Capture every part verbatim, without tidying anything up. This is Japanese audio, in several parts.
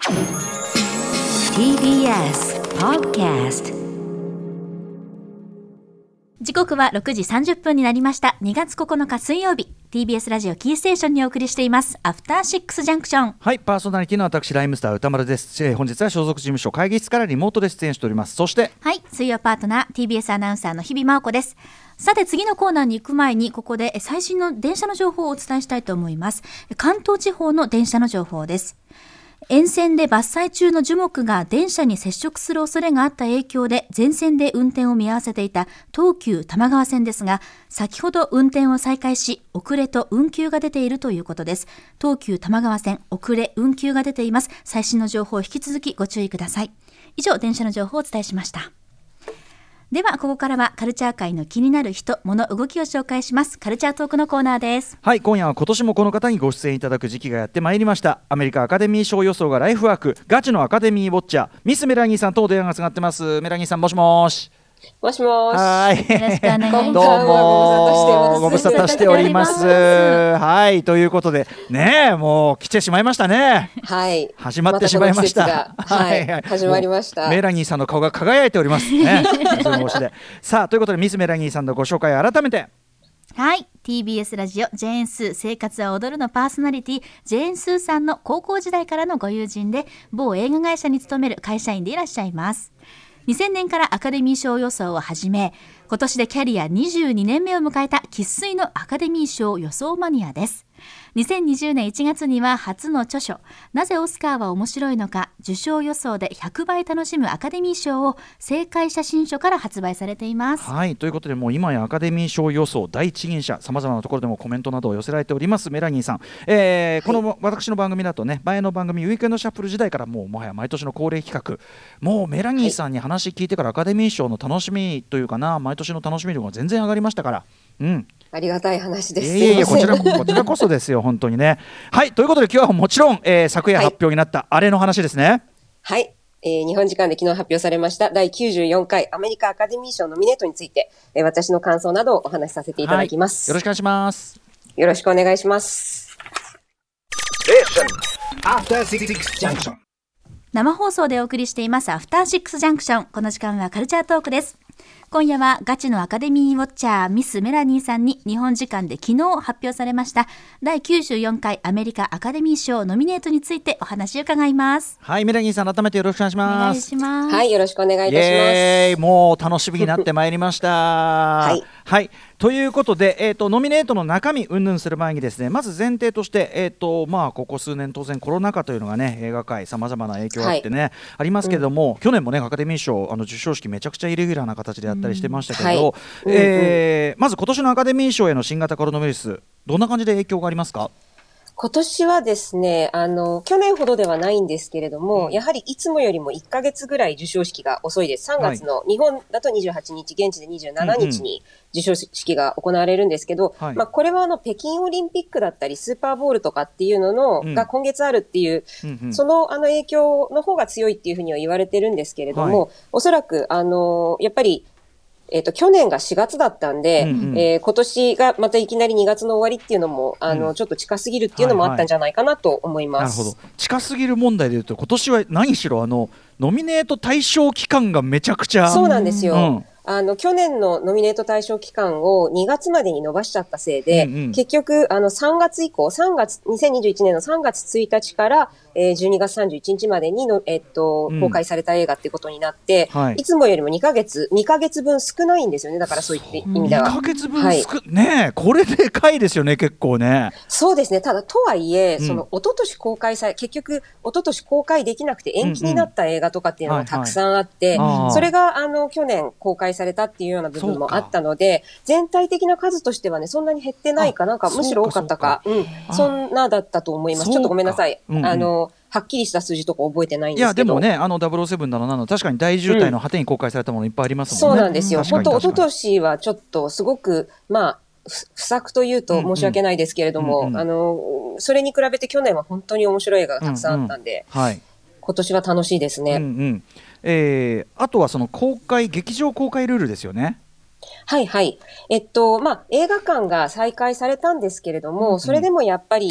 ティービーエス Podcast。時刻はろくじさんじゅっぷんになりました。にがつここのか水曜日、 ティービーエス ラジオキーステーションにお送りしていますアフターシックスジャンクション。 はい、パーソナリティの私ライムスター歌丸です。えー、本日は所属事務所会議室からリモートで出演しております。そしてはい、水曜パートナー ティービーエス アナウンサーの日々真央子です。さて次のコーナーに行く前に、ここで最新の電車の情報をお伝えしたいと思います。関東地方の電車の情報です。沿線で伐採中の樹木が電車に接触する恐れがあった影響で全線で運転を見合わせていた東急多摩川線ですが、先ほど運転を再開し、遅れと運休が出ているということです。東急多摩川線、遅れ運休が出ています。最新の情報を引き続きご注意ください。以上、電車の情報をお伝えしました。ではここからはカルチャー界の気になる人、物、動きを紹介します。カルチャートークのコーナーです。 はい、今夜は今年もこの方にご出演いただく時期がやってまいりました。アメリカアカデミー賞予想がライフワーク、ガチのアカデミーウォッチャー、ミスメラニーさんとお電話がつながってます。メラニーさん、もしもし。 もしもし。 はい。 よろしくお願いします。 どうもご無沙汰しております。はい、ということでね、もう来てしまいましたね。 はい。 始まってしまいました。 まはい、はい、始まりました。 メラニーさんの顔が輝いておりますね。でさあ、ということでミスメラニーさんのご紹介を改めて。 はい、 ティービーエス ラジオジェーンスー生活は踊るのパーソナリティジェーンスーさんの高校時代からのご友人で、某映画会社に勤める会社員でいらっしゃいます。にせんねんからアカデミー賞予想を始め、今年でキャリアにじゅうにねんめを迎えた生粋のアカデミー賞予想マニアです。にせんにじゅうねんいちがつには初の著書、なぜオスカーは面白いのか、受賞予想でひゃくばい楽しむアカデミー賞を正解写真書から発売されています。 はい、ということで、もう今やアカデミー賞予想第一人者、さまざまなところでもコメントなどを寄せられておりますメラニーさん、えーはい、この私の番組だとね、前の番組ウィークエンドシャッフル時代からもうもはや毎年の恒例企画、もうメラニーさんに話聞いてからアカデミー賞の楽しみというかな、毎年の楽しみ度が全然上がりましたから、うん、 ありがたい話です。 いやいや、こちらこちらこそですよ、本当にね。はい、ということで今日はもちろん、えー、昨夜発表になったあれの話ですね。 はい、えー、日本時間で昨日発表されましただいきゅうじゅうよんかいアメリカアカデミー賞ノミネートについて、えー、私の感想などをお話しさせていただきます。 はい、よろしくお願いします。 よろしくお願いします。 生放送でお送りしていますアフターシックスジャンクション。この時間はカルチャートークです。今夜はガチのアカデミーウォッチャーミスメラニーさんに日本時間で昨日発表されましただいきゅうじゅうよんかいアメリカアカデミー賞ノミネートについてお話を伺います。 はい、メラニーさん、改めてよろしくお願いします。 お願いします。 はい、よろしくお願いいたします。イエーイ、もう楽しみになってまいりました。はい、はい、ということで、えーと、ノミネートの中身云々する前にですね、まず前提として、えーとまあ、ここ数年当然コロナ禍というのがね、映画界さまざまな影響があってね、はい、ありますけれども、うん、去年もねアカデミー賞あの授賞式めちゃくちゃイレギュラーな形でやったりしてましたけど、うん、はい、えーうんうん、まず今年のアカデミー賞への新型コロナウイルス、どんな感じで影響がありますか？ 今年はですね、あの、去年ほどではないんですけれども、うん、やはりいつもよりもいっかげつぐらい授賞式が遅いです。さんがつの、はい、日本だとにじゅうはちにち、現地でにじゅうしちにちに授賞式が行われるんですけど、うんうん、まあ、これはあの、北京オリンピックだったり、スーパーボールとかっていうのの、うん、が今月あるっていう、うんうん、そのあの影響の方が強いっていうふうには言われてるんですけれども、はい、おそらく、あの、やっぱり、えっと、去年がしがつだったんで、うんうん、えー、今年がまたいきなりにがつの終わりっていうのも、あの、うん、ちょっと近すぎるっていうのもあったんじゃないかなと思います。 はいはい、なるほど。近すぎる問題でいうと、今年は何しろあの、ノミネート対象期間がめちゃくちゃ。 そうなんですよ。うん、あの、去年のノミネート対象期間をにがつまでに伸ばしちゃったせいで、うんうん、結局、あの、さんがつ以降、さんがつ、にせんにじゅういちねんのさんがつついたちから、えー、じゅうにがつさんじゅういちにちまでにの、えっと、公開された映画っていうことになって、うん、はい、いつもよりもにかげつ、にかげつぶん少ないんですよね。だからそういった意味では。 にかげつぶん少、はい、ねえ、これでかいですよね、結構ね。 そうですね。ただ、とはいえ、うん、その、一昨年公開され、結局、一昨年公開できなくて延期になった映画とかっていうのがたくさんあって、うんうん、それが、あの、去年公開されたっていうような部分もあったので、全体的な数としてはね、そんなに減ってないかなんか、むしろ多かったか、うん、そんなだったと思います。ちょっとごめんなさい。うんうん、あの、はっきりした数字とか覚えてないんですけど。 いや、でもね、あのダブルオーセブンだのなの、確かに大渋滞の果てに公開されたものいっぱいありますもんね。 うん、そうなんですよ。本当、一昨年はちょっとすごく、まあ、不作というと申し訳ないですけれども、うんうん、あの、それに比べて去年は本当に面白い映画がたくさんあったんで、うんうん、はい、今年は楽しいですね。 うんうん、えー、あとはその公開、劇場公開ルールですよね。 はいはい。えっと、まあ、映画館が再開されたんですけれども、うんうん、それでもやっぱり、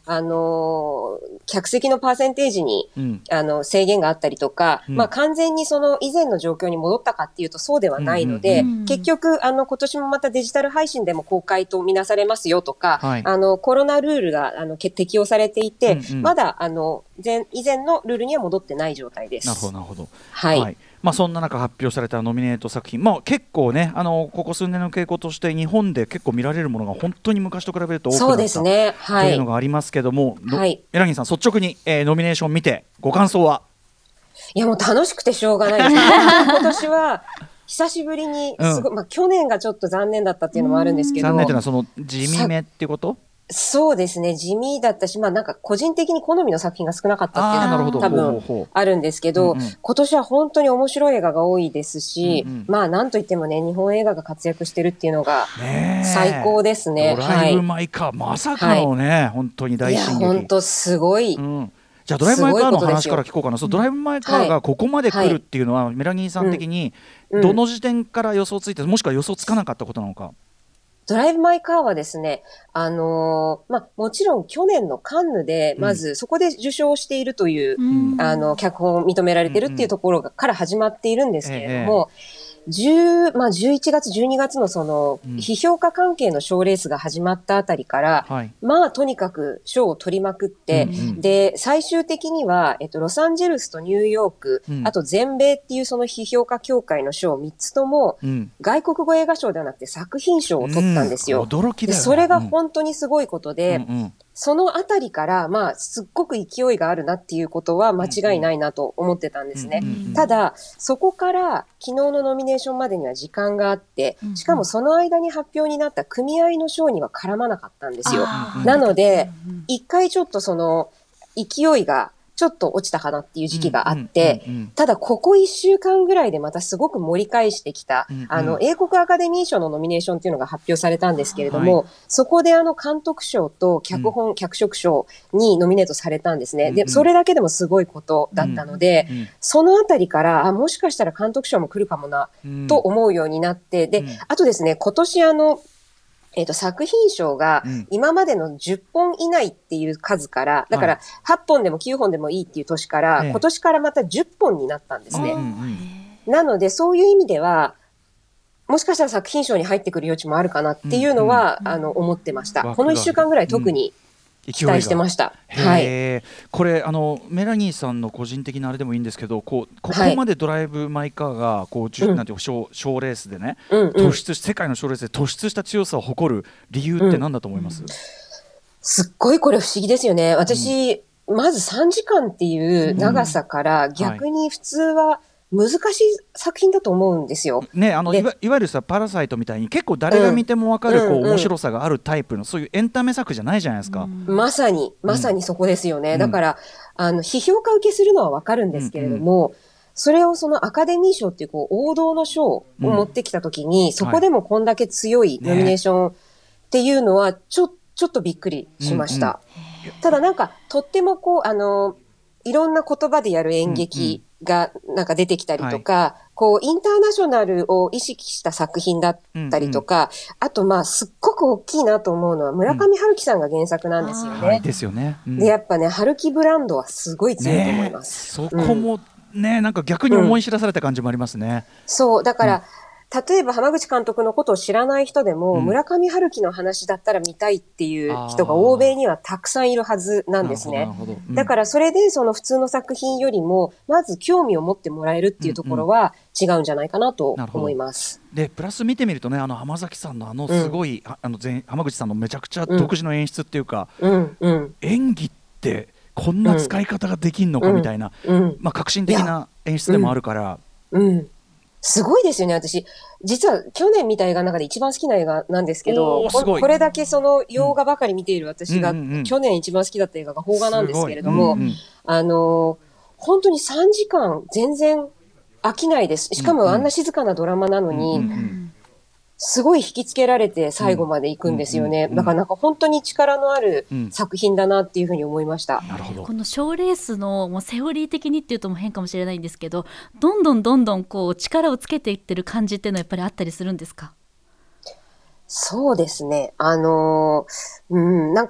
あのー、客席のパーセンテージに、うん、あの、制限があったりとか、うん、まあ、完全にその以前の状況に戻ったかっていうとそうではないので、うんうんうん、結局、あの、今年もまたデジタル配信でも公開とみなされますよとか、はい、あの、コロナルールが、あの、適用されていて、うんうん、まだ、あの、前、以前のルールには戻ってない状態です。 なるほど、なるほど。 はい。はい、 まあ、そんな中発表されたノミネート作品、まあ、結構ね、あのここ数年の傾向として日本で結構見られるものが本当に昔と比べると多くなった、そうですね、はい、というのがありますけども、はい、エラギンさん率直に、えー、ノミネーション見てご感想は？ いやもう楽しくてしょうがないです今年は久しぶりにすごい、うん、まあ、去年がちょっと残念だったっていうのもあるんですけど、 残念というのはその地味めってこと？ そうですね。地味だったし、まあなんか個人的に好みの作品が少なかったっていうのが多分あるんですけど、うんうん、今年は本当に面白い映画が多いですし、うんうん、まあなんといってもね、日本映画が活躍してるっていうのが最高ですね。 ドライブ・マイ・カー、はい、まさかのね、はい、本当に大進撃。 いや、本当すごい。 うん、じゃあドライブ・マイ・カーの話から聞こうかな。そう、ドライブ・マイ・カーがここまで来るっていうのは、はい、メラニーさん的にどの時点から予想ついて、もしくは予想つかなかったことなのか？ ドライブ・マイ・カーはですね、あのー、まあ、もちろん去年のカンヌで、まずそこで受賞しているという、うん、あの、脚本を認められてるっていうところから始まっているんですけれども、ええじゅう、まあ、じゅういちがつ、じゅうにがつのその、批評家関係の賞レースが始まったあたりから、うん、まあ、とにかく賞を取りまくって、うんうん、で、最終的には、えっと、ロサンゼルスとニューヨーク、うん、あと全米っていうその批評家協会の賞みっつとも、うん、外国語映画賞ではなくて作品賞を取ったんですよ。 うん、驚きだよね。 で、それが本当にすごいことで、 うんうん、 そのあたりから、まあ、すっごく勢いがあるなっていうことは間違いないなと思ってたんですね。うんうん、ただ、そこから昨日のノミネーションまでには時間があって、しかもその間に発表になった組合の賞には絡まなかったんですよ。なので、一回ちょっとその勢いがちょっと落ちたかなっていう時期があって、ただここいっしゅうかんぐらいでまたすごく盛り返してきた、うんうん、あの、英国アカデミー賞のノミネーションっていうのが発表されたんですけれども、はい、そこであの監督賞と脚本、うん、脚色賞にノミネートされたんですね。で、それだけでもすごいことだったので、うんうん、そのあたりから、あ、もしかしたら監督賞も来るかもな、と思うようになって、で、あとですね、今年あの、えっと、作品賞が今までのじゅっぽん以内っていう数から、だからはっぽんでもきゅうほんでもいいっていう年から、今年からまたじゅっぽんになったんですね。なので、そういう意味では、もしかしたら作品賞に入ってくる余地もあるかなっていうのは、あの、思ってました。このいっしゅうかんぐらい特に期待してました。はい、 これあのメラニーさんの個人的なあれでもいいんですけど、こうここまでドライブ・マイ・カーがこう、うん、なんていう賞レースでね、うんうん、突出し世界の賞レースで突出した強さを誇る理由って何だと思います？うん、 すっごいこれ不思議ですよね。私、うん、まずさんじかんっていう長さから逆に普通は難しい作品だと思うんですよ。 ね、あの い, わいわゆるさパラサイトみたいに結構誰が見ても分かる、うん、こう面白さがあるタイプの、そういうエンタメ作じゃないじゃないですか。 うん、まさにまさにそこですよね。うん、だからあの批評家受けするのは分かるんですけれども、うんうん、それをそのアカデミー賞っていう、こう王道の賞を持ってきたときに、うん、そこでもこんだけ強いノミネーションっていうのはちょ、ちょっとびっくりしました。うんうん、ただなんかとってもこうあのいろんな言葉でやる演劇がなんか出てきたりとか、はい、こうインターナショナルを意識した作品だったりとか、うんうん、あとまあすっごく大きいなと思うのは村上春樹さんが原作なんですよね。 はい、ですよね。うん、 でやっぱね春樹ブランドはすごい強いと思います。 ね、そこもね、うん、なんか逆に思い知らされた感じもありますね。 うん、そうだから。うん、例えば浜口監督のことを知らない人でも、うん、村上春樹の話だったら見たいっていう人が欧米にはたくさんいるはずなんですね。うん、だからそれでその普通の作品よりもまず興味を持ってもらえるっていうところは違うんじゃないかなと思います。 うんうん、でプラス見てみるとね、あの浜崎さんのあのすごい、うん、あの前浜口さんのめちゃくちゃ独自の演出っていうか、うんうん、演技ってこんな使い方ができんのかみたいな、うんうん、まあ革新的な演出でもあるから。うんうんすごいですよね。私、実は去年見た映画の中で一番好きな映画なんですけど、これだけその洋画ばかり見ている私が、去年一番好きだった映画が邦画なんですけれども、うんうん、あの、本当にさんじかん全然飽きないです。しかもあんな静かなドラマなのに、うんうん、すごい引きつけられて最後まで行くんですよね。うんうんうん、だからなんか本当に力のある作品だなっていうふうに思いました。 なるほど。 この賞レースのもうセオリー的にっていうとも変かもしれないんですけど、どんどんどんどんこう力をつけていってる感じっていうのはやっぱりあったりするんですか？ そうですね。あのー、うん、なんか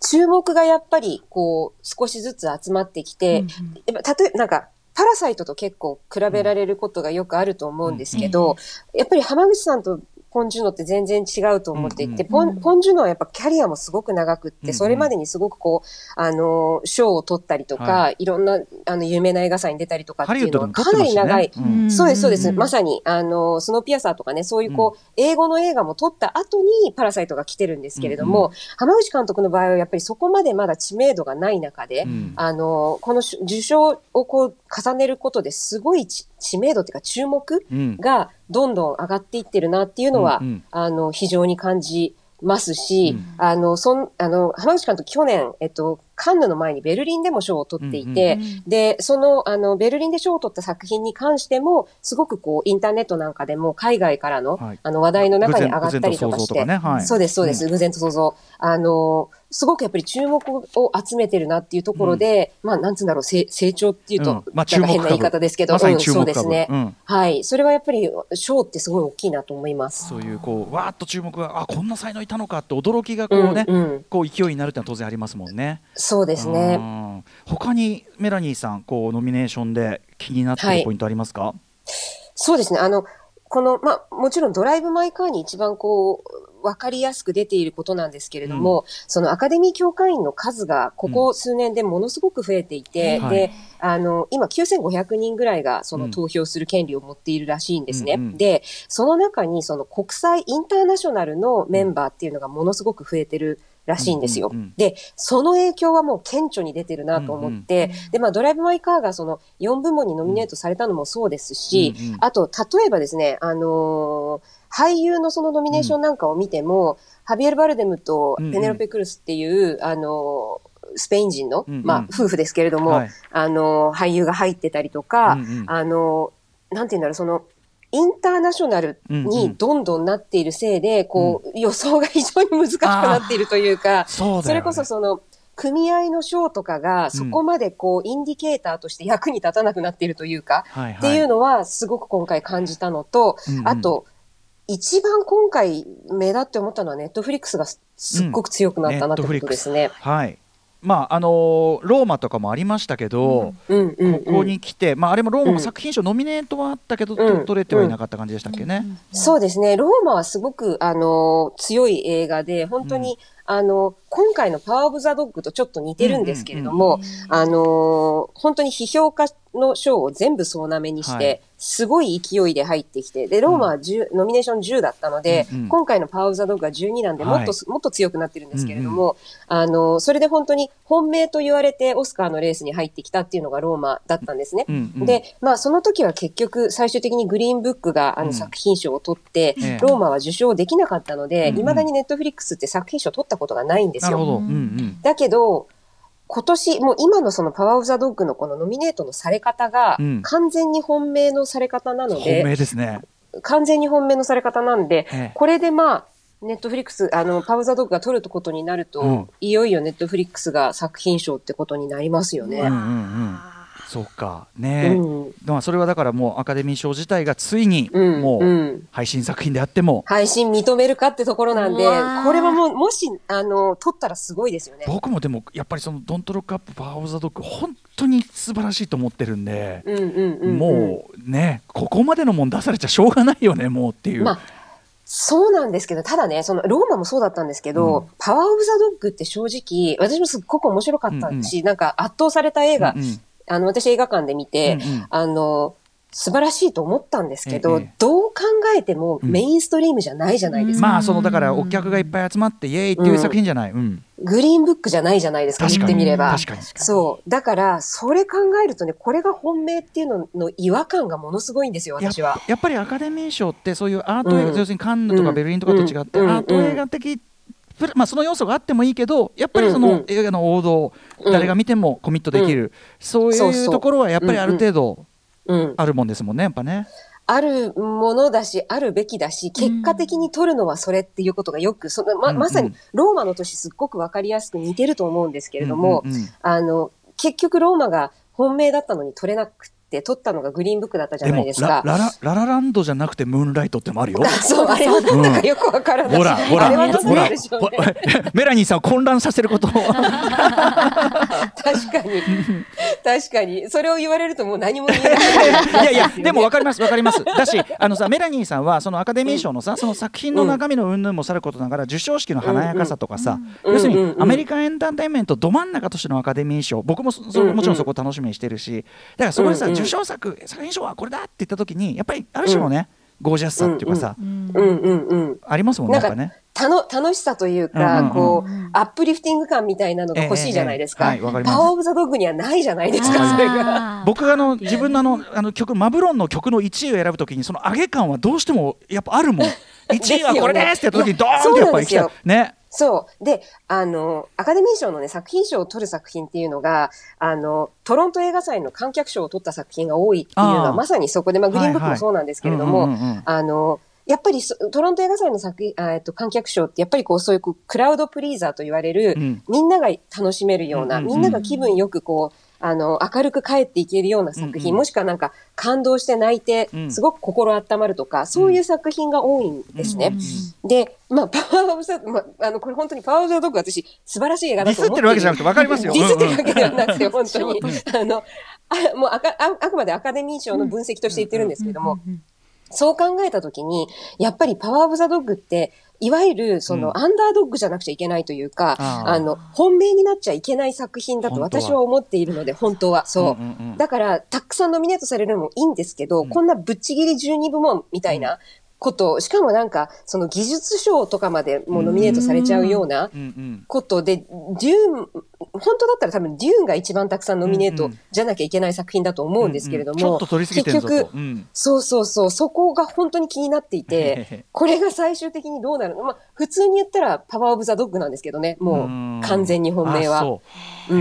注目がやっぱりこう少しずつ集まってきて、うんうん、やっぱ例えばなんかパラサイトと結構比べられることがよくあると思うんですけど、うん、やっぱり浜口さんとポン・ジュノって全然違うと思っていて、うんうん、ポン、ポン・ジュノはやっぱキャリアもすごく長くって、うんうん、それまでにすごくこう、あの、賞を取ったりとか、はい、いろんな、あの、有名な映画祭に出たりとかっていうのはかなり長い。ねうん、そうです、そうです。まさに、あの、スノーピアサーとかね、そういうこう、うん、英語の映画も撮った後にパラサイトが来てるんですけれども、うんうん、浜口監督の場合はやっぱりそこまでまだ知名度がない中で、うん、あの、この受賞をこう、重ねることですごい知名度っていうか注目がどんどん上がっていってるなっていうのは、うんうん、あの、非常に感じますし、うん、あの、そん、あの、浜口監督去年、えっと、カンヌの前にベルリンでも賞を取っていて、うんうん、で、その、あの、ベルリンで賞を取った作品に関しても、すごくこう、インターネットなんかでも海外からの、はい、あの、話題の中に上がったりとかして、ねはい、そうです、そうです、偶然と想像。あの、すごくやっぱり注目を集めてるなっていうところで、うん、まあ、なんつうんだろう、成長っていうと、うん、まあ、なんか変な言い方ですけど、まさに注目株、うん、そうですね、うん。はい。それはやっぱり、賞ってすごい大きいなと思います。 そういう、こう、わーっと注目が、あ、こんな才能いたのかって驚きがこうね、うんうん、こう勢いになるってのは当然ありますもんね。 そうですね。 他にメラニーさん、こう、ノミネーションで気になっているポイントありますか？はい、 そうですね。あの、この、まあ、もちろんドライブ・マイ・カーに一番こう、わかりやすく出ていることなんですけれども、うん、そのアカデミー協会員の数がここ数年でものすごく増えていて、うん、で、あの、今きゅうせんごひゃくにんぐらいがその投票する権利を持っているらしいんですね。うんうん、で、その中にその国際インターナショナルのメンバーっていうのがものすごく増えてるらしいんですよ。うんうんうん、で、その影響はもう顕著に出てるなと思って、うんうん、で、まあ、ドライブ・マイ・カーがそのよん部門にノミネートされたのもそうですし、うんうん、あと、例えばですね、あのー、俳優のそのノミネーションなんかを見ても、うん、ハビエル・バルデムとペネロペ・クルスっていう、うんうん、あのー、スペイン人の、うんうん、まあ、夫婦ですけれども、はい、あのー、俳優が入ってたりとか、うんうん、あのー、なんていうんだろう、その、インターナショナルにどんどんなっているせいで、うんうん、こう、予想が非常に難しくなっているというか、そうだよね、それこそその、組合の賞とかがそこまでこう、インディケーターとして役に立たなくなっているというか、うん、っていうのはすごく今回感じたのと、はいはい、あと、一番今回目立って思ったのはネットフリックスがすっごく強くなったなってことですね。うん、 はい。まああのー、ローマとかもありましたけど、うんうんうんうん、ここに来て、まあ、あれもローマも作品賞ノミネートはあったけど、うん、取れてはいなかった感じでしたっけね。うんうん、 そうですね。ローマはすごく、あのー、強い映画で本当に、うん、あの今回のパワーオブザドッグとちょっと似てるんですけれども、うんうんうん、あのー、本当に批評家の賞を全部総なめにして、はい、すごい勢いで入ってきて、で、ローマはじゅう、うん、ノミネーションじゅうだったので、うんうん、今回のパワーオブザドッグがじゅうになんで、もっと、はい、もっと強くなってるんですけれども、うんうん、あの、それで本当に本命と言われてオスカーのレースに入ってきたっていうのがローマだったんですね。うんうん、で、まあその時は結局最終的にグリーンブックがあの作品賞を取って、うん、ローマは受賞できなかったので、うんうん、未だにネットフリックスって作品賞取ったことがないんですよ。なるほど。うんうん、だけど、今年、もう今のそのパワーオブザドッグのこのノミネートのされ方が、完全に本命のされ方なので、 うん、本命ですね。 完全に本命のされ方なんで、ええ、これでまあ、ネットフリックス、あの、パワーオブザドッグが取ることになると、うん、いよいよネットフリックスが作品賞ってことになりますよね。うんうんうん、 そうかね、うん、まあそれはだからもうアカデミー賞自体がついにもう配信作品であっても、うんうん、 配信認めるかってところなんで、これはもうもしあの取ったらすごいですよね。 僕もでもやっぱりそのドントロックアップパワーオブザドッグ本当に素晴らしいと思ってるんで、うんうんうんうん、もうねここまでのもん出されちゃしょうがないよねもうっていう、まあそうなんですけど、ただね、その、ローマもそうだったんですけど、うん、パワーオブザドッグって正直、私もすっごく面白かったし、うんうん、なんか圧倒された映画、うんうん、あの、私映画館で見て、うんうん、あの、素晴らしいと思ったんですけど、ええ、どう考えてもメインストリームじゃないじゃないですか。 うん、まあ、その、だからお客がいっぱい集まって、イエーイっていう作品じゃない。うん。 グリーンブックじゃないじゃないですか、言ってみれば。 確かに。 そう。だから、それ考えるとね、これが本命っていうのの違和感がものすごいんですよ、私は。 や, やっぱりアカデミー賞って、そういうアート映画、うん、要するにカンヌとかベルリンとかと違って、うん、アート映画的、まあ、その要素があってもいいけど、やっぱりその映画の王道、うん、誰が見てもコミットできる、うん、そういうところはやっぱりある程度あるもんですもんね、やっぱね。 あるものだし、あるべきだし、結果的に取るのはそれっていうことがよく、その ま, まさにローマの年すっごくわかりやすく似てると思うんですけれども、うんうんうん、あの、結局ローマが本命だったのに取れなくって撮ったのがグリーンブックだったじゃないですか。 でも ラ, ラ, ララランドじゃなくてムーンライトってもあるよ。 そう、あれはなんかよくわからない、 うん、ほらほらあれはどうほらでしょうねメラニーさんを混乱させることを確かに確かにそれを言われるともう何も言えないいやいやでも分かります分かりますだしあのさメラニーさんはそのアカデミー賞のさ、うん、その作品の中身の云々もさることながら、授賞式の華やかさとかさ、うんうん、要するにアメリカンエンターテインメントど真ん中としてのアカデミー賞、僕もそそもちろんそこを楽しみにしてるし、だからそこでさ、うんうん、受賞作作品賞はこれだって言った時にやっぱりある種のね、うん、ゴージャスさっていうかさ、うんうんうんうん、ありますもんね、やっぱね。 たの楽しさというか、うんうんうん、こうアップリフティング感みたいなのが欲しいじゃないですか、 えーえーはい、 パワーオブザドッグにはないじゃないですか。それが僕があの自分のあのあの曲マブロンの曲のいちいを選ぶときにその上げ感はどうしてもやっぱあるもんいちいはこれですってやった時にドーンってやっぱり来ちゃうね。 そうで、あのアカデミー賞のね作品賞を取る作品っていうのがあのトロント映画祭の観客賞を取った作品が多いっていうのはまさにそこで、まあ、グリーンブックもそうなんですけれども、あのやっぱりトロント映画祭の作品、えっと、観客賞ってやっぱりこうそういうこうクラウドプリーザーと言われる、うん、みんなが楽しめるような、うんうんうん、みんなが気分よくこうあの明るく帰っていけるような作品、うんうん、もしくはなんか感動して泣いてすごく心温まるとか、うん、そういう作品が多いんですね、うんうん、で、まあ、パワーオブザ、まあ、あのこれ本当にパワーオブザドッグ私素晴らしい映画だと思ってる。ディスってるわけじゃなくて分かりますよ。ディスってるわけではなくて本当にあのあもうあか あ, あくまでアカデミー賞の分析として言ってるんですけれども、うんうんうん、そう考えたときにやっぱりパワーオブザドッグっていわゆるそのアンダードッグじゃなくちゃいけないというか、うん、あ, あの本命になっちゃいけない作品だと私は思っているので、本当はそう、うんうんうん、だからたくさんノミネートされるのもいいんですけど、うん、こんなぶっちぎりじゅうにぶもんみたいなこと、しかもなんかその技術賞とかまでもノミネートされちゃうようなことで、うんうん、デューン本当だったら多分デューンが一番たくさんノミネートじゃなきゃいけない作品だと思うんですけれども、うんうん、ちょっと取りすぎてるぞと、結局、うん、そうそうそうそこが本当に気になっていてこれが最終的にどうなるの、まあ、普通に言ったらパワーオブザドッグなんですけどね、もう完全に本命は。うん、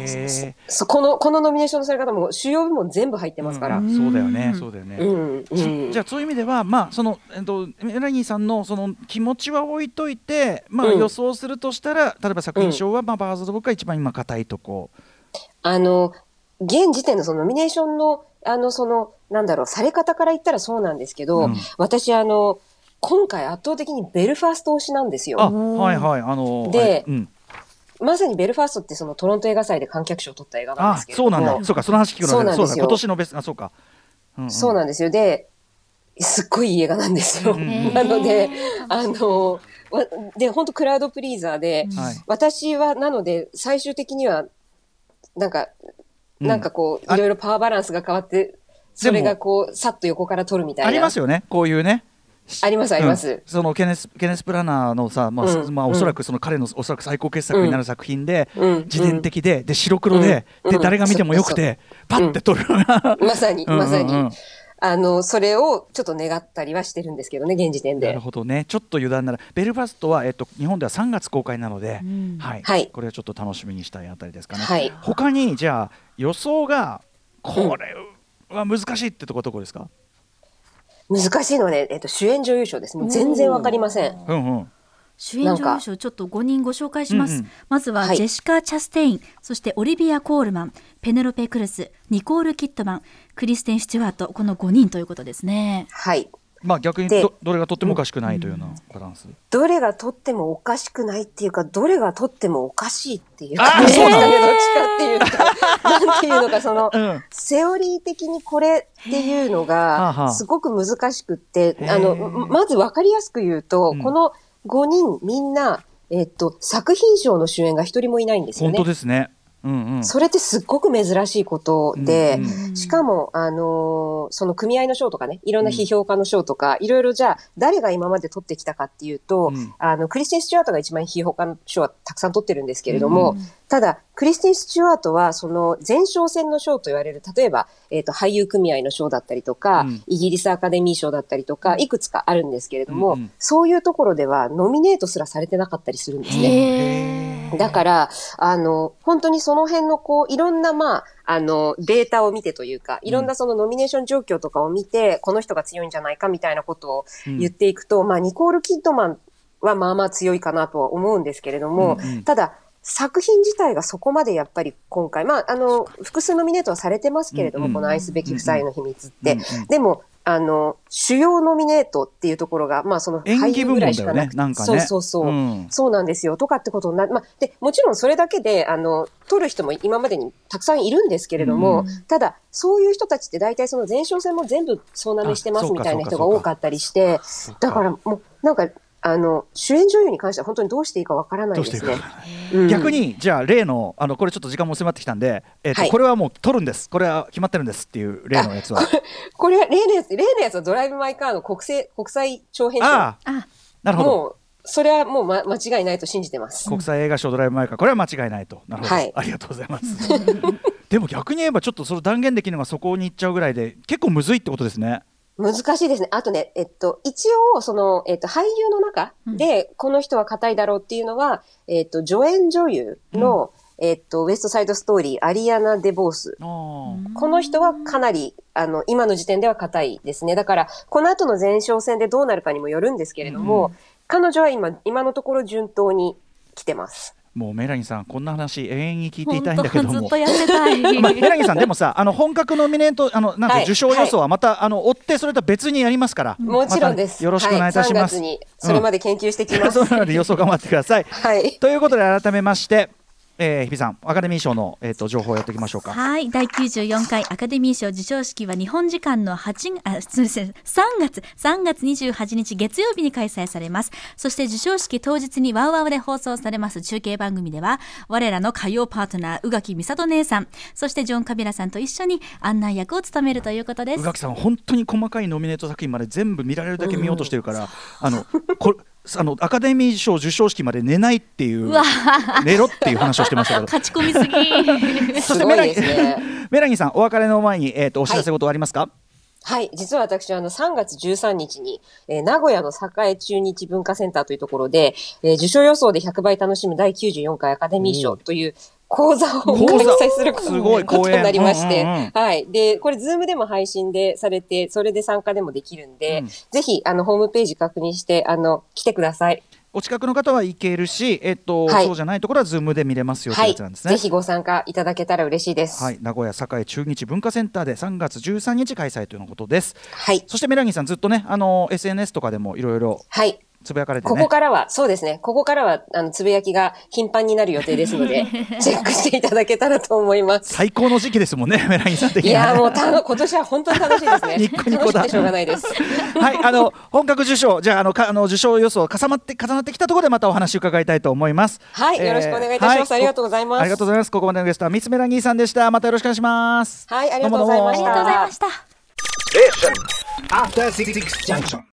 そこのこのノミネーションのされ方も主要部門全部入ってますから、 うん、そうだよねそうだよね、うんうん、じゃあそういう意味ではまあその、えっと、メラニーさんのその気持ちは置いといて、まあ、予想するとしたら、うん、例えば作品賞は、まあ、パワーオブザドッグが一番今硬いとこあの現時点のそのノミネーションのあのそのなんだろうされ方から言ったらそうなんですけど、うん、私あの今回圧倒的にベルファースト推しなんですよ。 あはいはいあので、 うんまさにベルファーストってそのトロント映画祭で観客賞を取った映画なんですけれども、 あそうなんだ、そうかその話聞くのそうなんですよ。今年のベスト、あそうか、 うんうん、そうなんですよ。ですっごいいい映画なんですよ。なのであので本当クラウドプリーザーで、はい、私はなので最終的にはなんか、うん、なんかこういろいろパワーバランスが変わってそれがこうさっと横から撮るみたいなありますよね、こういうね。 ありますあります、うん、 そのケネス、ケネスプラナーのさ、まあうんまあ、おそらくその彼のおそらく最高傑作になる作品で、うん、自伝的で、で白黒で、うん、で誰が見てもよくて、うん、パッて撮る、うん、 まさにまさに、うんうんうん、あのそれをちょっと願ったりはしてるんですけどね現時点で。 なるほどね、ちょっと油断ならベルファストは、えっと、日本ではさんがつ公開なので、うんはいはい、これはちょっと楽しみにしたいあたりですかね、はい、他にじゃあ予想がこれは難しいってところどこですか？ 難しいのはね、えっと、主演女優賞です。もう全然わかりません。 うんうん、主演女優賞ちょっとごにんご紹介します、うんうん、まずはジェシカ・チャステイン、はい、そしてオリビア・コールマン、ペネロペ・クルス、ニコール・キットマン、クリステン・スチュワート、このごにんということですね。 はい、 まあ、逆に ど, どれがとってもおかしくないというようなバランス、うん、 どれがとってもおかしくないっていうかどれがとってもおかしいっていう感じですかね。どっちかっていうとなんていうのかその、うん、セオリー的にこれっていうのがすごく難しくってあのまず分かりやすく言うと、うん、このごにんみんな、えっと、作品賞の主演が一人もいないんですよね。 本当ですね。うんうん、 それってすっごく珍しいことで、うんうん、しかも、あのー、その組合の賞とかね、いろんな批評家の賞とか、うん、いろいろじゃあ、誰が今まで取ってきたかっていうと、うん、あの、クリステン・スチュワートが一番批評家の賞はたくさん取ってるんですけれども、うん、ただ、クリステン・スチュワートは、その、前哨戦の賞と言われる、例えば、えっと、俳優組合の賞だったりとか、うん、イギリスアカデミー賞だったりとか、いくつかあるんですけれども、うんうん、そういうところでは、ノミネートすらされてなかったりするんですね。だから、あの、本当にその辺のこう、いろんな、まあ、あの、データを見てというか、いろんなそのノミネーション状況とかを見て、うん、この人が強いんじゃないかみたいなことを言っていくと、うん、まあ、ニコール・キッドマンはまあまあ強いかなとは思うんですけれども、うんうん、ただ、 作品自体がそこまでやっぱり今回、まあ、あの、複数ノミネートはされてますけれども、うんうん、この愛すべき夫妻の秘密って。うんうん、でも、あの、主要ノミネートっていうところが、まあその俳優ぐらいしかなくて、ね、なんかね、そうそうそう、うん、そうなんですよ、とかってことにな、まあ、で、もちろんそれだけで、あの、取る人も今までにたくさんいるんですけれども、うん、ただ、そういう人たちって大体その前哨戦も全部総なめしてますみたいな人が多かったりして、だからもう、なんか、あの、主演女優に関しては本当にどうしていいかわからないですね。 うん、逆に、じゃあ例の、あの、これちょっと時間も迫ってきたんで、えっと、はい、これはもう撮るんです。これは決まってるんですっていう例のやつは。 これ、例のやつ、例のやつはドライブ・マイ・カーの国際、国際長編賞。ああ、なるほど。 もう、それはもう、ま、間違いないと信じてます。 国際映画賞ドライブ・マイ・カー、これは間違いないと。なるほど。はい、ありがとうございます。でも逆に言えば、ちょっとその断言できるのがそこに行っちゃうぐらいで、結構むずいってことですね。 難しいですね。あとね、えっと、一応、その、えっと、俳優の中で、この人は硬いだろうっていうのは、うん、えっと、助演女優の、うん、えっと、ウエストサイドストーリー、アリアナ・デボース。この人はかなり、あの、今の時点では硬いですね。だから、この後の前哨戦でどうなるかにもよるんですけれども、うん、彼女は今、今のところ順当に来てます。 もうメラニーさんこんな話永遠に聞いていたいんだけども、 ずっとやってたい、 まあ、メラニーさんでもさ、あの本格ノミネート、あのなんか受賞予想はまた、はいはい、あの追ってそれとは別にやりますから、 もちろんです、 ま、よろしくお願いいたします、 はい、さんがつにそれまで研究してきます、 うん、そうなので予想頑張ってください、 はい、 ということで改めましてえー、日比さんアカデミー賞の、えー、と情報をやっていきましょうか。 はい、だいきゅうじゅうよんかいアカデミー賞授賞式は日本時間のはちあすみませんさんがつさんがつにじゅうはちにち月曜日に開催されます。そして授賞式当日にワウワウで放送されます中継番組では我らの歌謡パートナー宇垣美里姉さん、そしてジョン・カビラさんと一緒に案内役を務めるということです。 宇垣さん本当に細かいノミネート作品まで全部見られるだけ見ようとしてるから、うん、あのこあのアカデミー賞授賞式まで寝ないっていう寝ろっていう話をしてましたけど勝ち込みすぎそしてメラニー、ね、メラニーさんお別れの前に、えー、とお知らせ事ありますか？ はい、はい、実は私あのさんがつじゅうさんにちに、えー、名古屋の栄中日文化センターというところで、えー、受賞予想でひゃくばい楽しむだいきゅうじゅうよんかいアカデミー賞という講座を開催することになりまして、うんうんうん、はい。で、これズームでも配信でされて、それで参加でもできるんで、うん、ぜひあのホームページ確認してあの来てください。 お近くの方は行けるし、えっと、はい、そうじゃないところはズームで見れますよというやつなんですね。 はい、ぜひご参加いただけたら嬉しいです。 はい、名古屋栄中日文化センターでさんがつじゅうさんにち開催ということです。 はい。 そしてメラニーさんずっとね、あの エスエヌエス とかでもいろいろ。はい。つぶやかれてね、 ここからは、そうですね。ここからは、あの、つぶやきが頻繁になる予定ですので、チェックしていただけたらと思います。 最高の時期ですもんね、メラニーさん的に、ね。 いや、もうたの、今年は本当に楽しいですね。 ニッコニコだ。 楽しくてしょうがないです。 はい、あの、本格受賞、じゃあ、あの、かあの受賞予想重なって、重なってきたところでまたお話伺いたいと思います。 はい、えー、よろしくお願いいたします、はい。ありがとうございます。 ありがとうございます。ここまでのゲストはミスメラニーさんでした。またよろしくお願いします。 はい、ありがとうございました。 ありがとうございました。